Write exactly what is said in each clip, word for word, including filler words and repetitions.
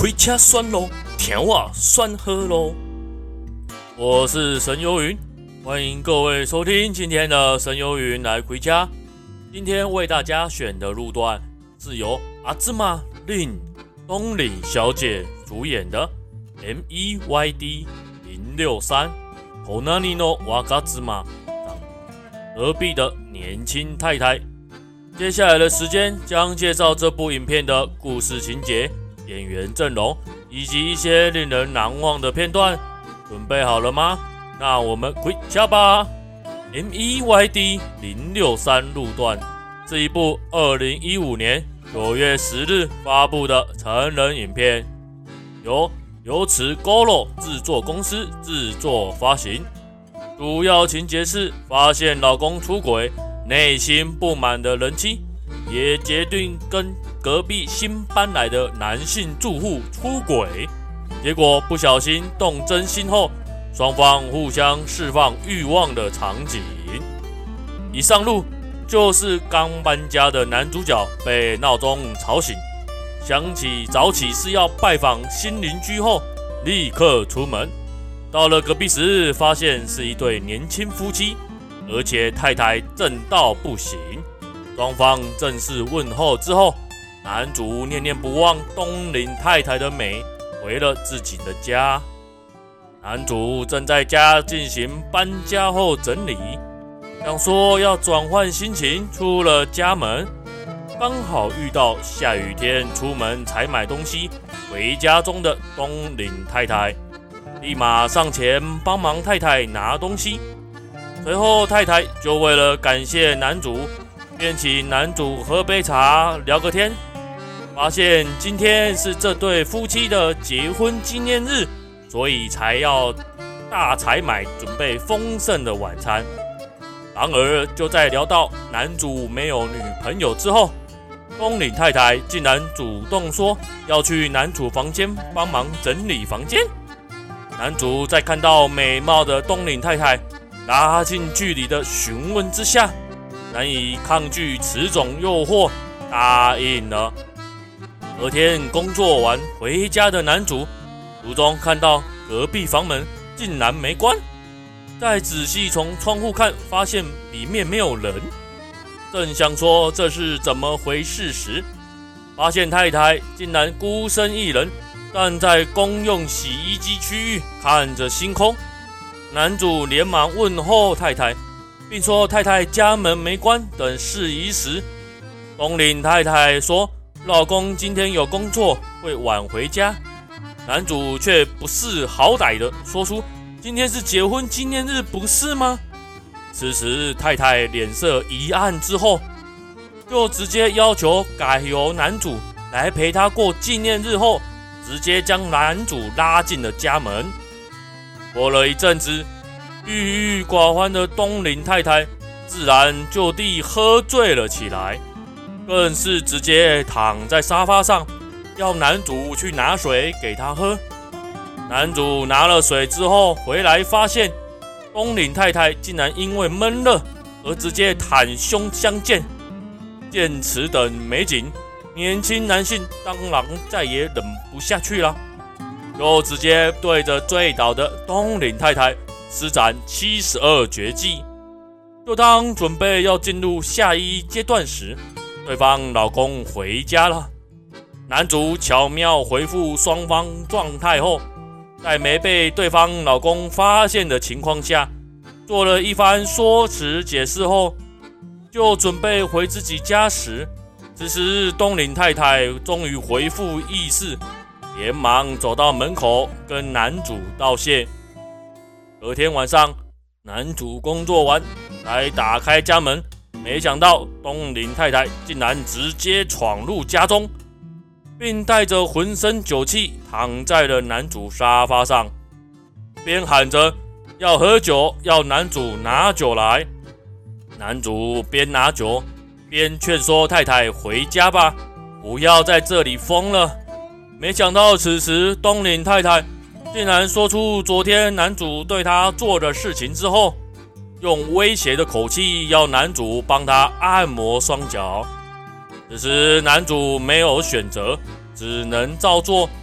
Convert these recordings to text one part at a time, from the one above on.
开车酸咯，听我酸喝咯。我是神游云，欢迎各位收听今天的神游云来回家。今天为大家选的路段是由阿兹玛令东岭小姐主演的 M E Y D 零六三 Tonari no Wakazuma 隔壁的年轻太太。接下来的时间将介绍这部影片的故事情节、演员阵容以及一些令人难忘的片段。准备好了吗？那我们回家吧。M E Y D 零六三路段是一部二零一五年九月十日发布的成人影片，由有齿 Goro 制作公司制作发行。主要情节是发现老公出轨，内心不满的人妻也决定跟隔壁新搬来的男性住户出轨，结果不小心动真心后，双方互相释放欲望的场景。一上路就是刚搬家的男主角被闹钟吵醒，想起早起是要拜访新邻居后，立刻出门。到了隔壁时，发现是一对年轻夫妻，而且太太正到不行。双方正式问候之后，男主念念不忘东岭太太的美，回了自己的家。男主正在家进行搬家后整理，想说要转换心情，出了家门，刚好遇到下雨天出门采买东西回家中的东岭太太，立马上前帮忙太太拿东西。随后太太就为了感谢男主，便请男主喝杯茶聊个天。发现今天是这对夫妻的结婚纪念日，所以才要大采买，准备丰盛的晚餐。然而就在聊到男主没有女朋友之后，东岭太太竟然主动说要去男主房间帮忙整理房间。男主在看到美貌的东岭太太拉近距离的询问之下，难以抗拒此种诱惑，答应了。隔天工作完回家的男主，途中看到隔壁房门竟然没关，再仔细从窗户看，发现里面没有人。正想说这是怎么回事时，发现太太竟然孤身一人站在公用洗衣机区域看着星空。男主连忙问候太太，并说太太家门没关等事宜时，东岭太太说老公今天有工作会晚回家。男主却不识好歹的说出今天是结婚纪念日不是吗？此时太太脸色一暗之后，就直接要求改由男主来陪她过纪念日后，直接将男主拉进了家门。过了一阵子，郁郁寡欢的东岭太太自然就地喝醉了起来，更是直接躺在沙发上，要男主去拿水给她喝。男主拿了水之后回来，发现东岭太太竟然因为闷热而直接袒胸相见。见此等美景，年轻男性当然再也忍不下去了，就直接对着醉倒的东岭太太施展七十二绝技。就当准备要进入下一阶段时，对方老公回家了。男主巧妙回复双方状态后，在没被对方老公发现的情况下，做了一番说辞解释后，就准备回自己家时，此时东岭太太终于恢复意识，连忙走到门口跟男主道谢。隔天晚上，男主工作完才打开家门，没想到东岭太太竟然直接闯入家中，并带着浑身酒气躺在了男主沙发上，边喊着要喝酒，要男主拿酒来。男主边拿酒边劝说太太回家吧，不要在这里疯了。没想到此时东岭太太竟然说出昨天男主对她做的事情之后，用威胁的口气要男主帮她按摩双脚。此时男主没有选择，只能照做，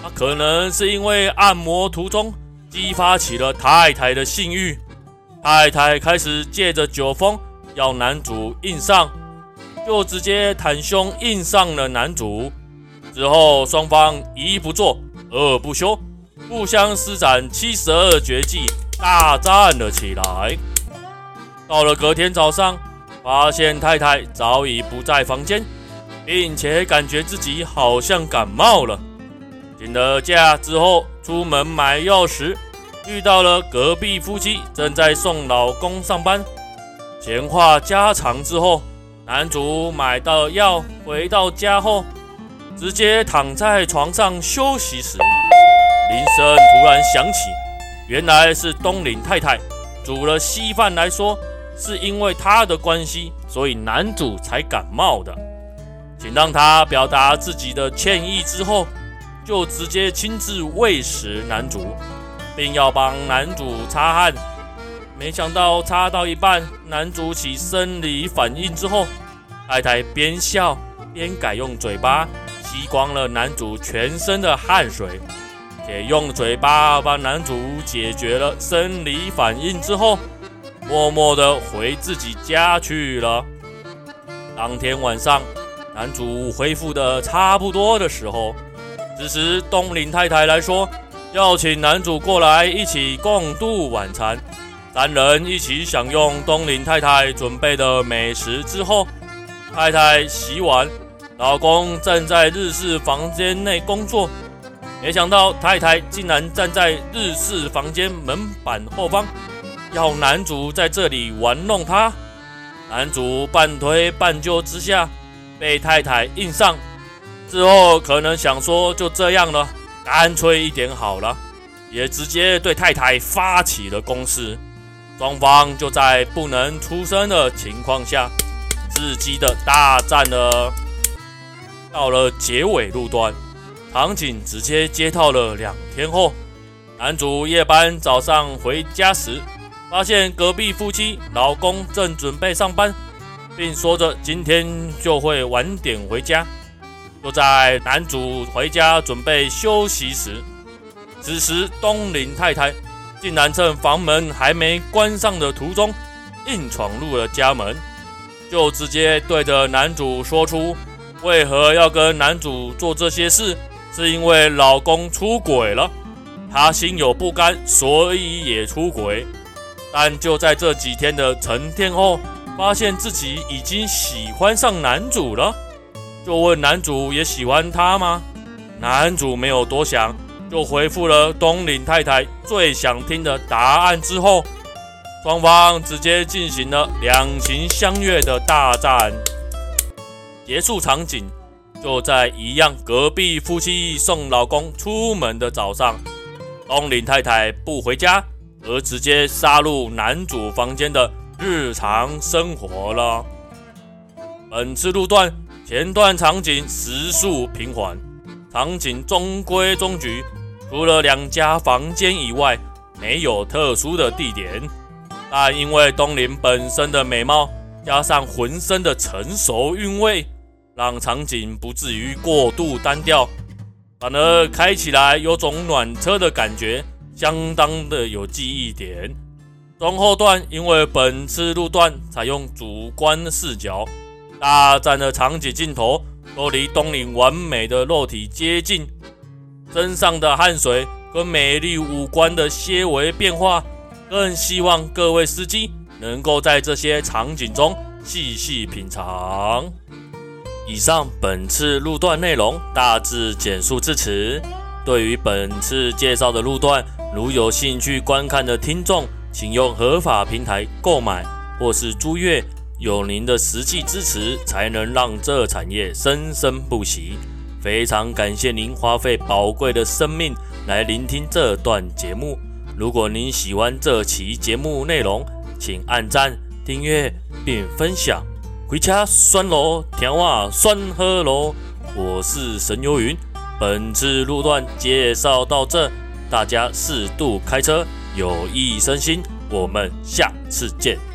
啊，可能是因为按摩途中激发起了太太的性欲，太太开始借着酒疯要男主硬上，就直接袒胸硬上了男主。之后双方一不做二不休，互相施展七十二绝技，大战了起来。到了隔天早上，发现太太早已不在房间，并且感觉自己好像感冒了。请了假之后，出门买药时，遇到了隔壁夫妻正在送老公上班。闲话家常之后，男主买到药，回到家后，直接躺在床上休息时，铃声突然响起，原来是东岭太太煮了稀饭来说，是因为他的关系，所以男主才感冒的。请让他表达自己的歉意之后，就直接亲自喂食男主，并要帮男主擦汗。没想到擦到一半，男主起生理反应之后，太太边笑边改用嘴巴吸光了男主全身的汗水，且用嘴巴帮男主解决了生理反应之后，默默的回自己家去了。当天晚上，男主恢复的差不多的时候，此时东岭太太来说，要请男主过来一起共度晚餐。三人一起享用东岭太太准备的美食之后，太太洗碗，老公正在日式房间内工作。没想到太太竟然站在日式房间门板后方，要男主在这里玩弄她。男主半推半就之下，被太太硬上。之后可能想说就这样了，干脆一点好了，也直接对太太发起了攻势。双方就在不能出声的情况下，刺激的大战了。到了结尾路段，场景直接接到了两天后，男主夜班早上回家时，发现隔壁夫妻老公正准备上班，并说着今天就会晚点回家。就在男主回家准备休息时，此时东岭太太竟然趁房门还没关上的途中，硬闯入了家门，就直接对着男主说出为何要跟男主做这些事，是因为老公出轨了，她心有不甘，所以也出轨。但就在这几天的沉淀后，发现自己已经喜欢上男主了，就问男主也喜欢她吗？男主没有多想，就回复了东岭太太最想听的答案之后，双方直接进行了两情相悦的大战。结束场景就在一样隔壁夫妻送老公出门的早上，东岭太太不回家，而直接杀入男主房间的日常生活了。本次路段前段场景时速平缓，场景中规中矩，除了两家房间以外，没有特殊的地点。但因为东岭本身的美貌，加上浑身的成熟韵味，让场景不至于过度单调，反而开起来有种暖车的感觉，相当的有记忆点。中后段因为本次路段采用主观视角，大战的场景镜头都离东岭完美的肉体接近，身上的汗水跟美丽五官的些微变化，更希望各位司机能够在这些场景中细细品尝。以上本次路段内容大致简述至此。对于本次介绍的路段，如有兴趣观看的听众，请用合法平台购买或是租阅，有您的实际支持，才能让这产业生生不息。非常感谢您花费宝贵的生命来聆听这段节目。如果您喜欢这期节目内容，请按赞、订阅并分享。回家酸咯，听话酸喝咯。我是神游云，本次路段介绍到这，大家适度开车，有益身心。我们下次见。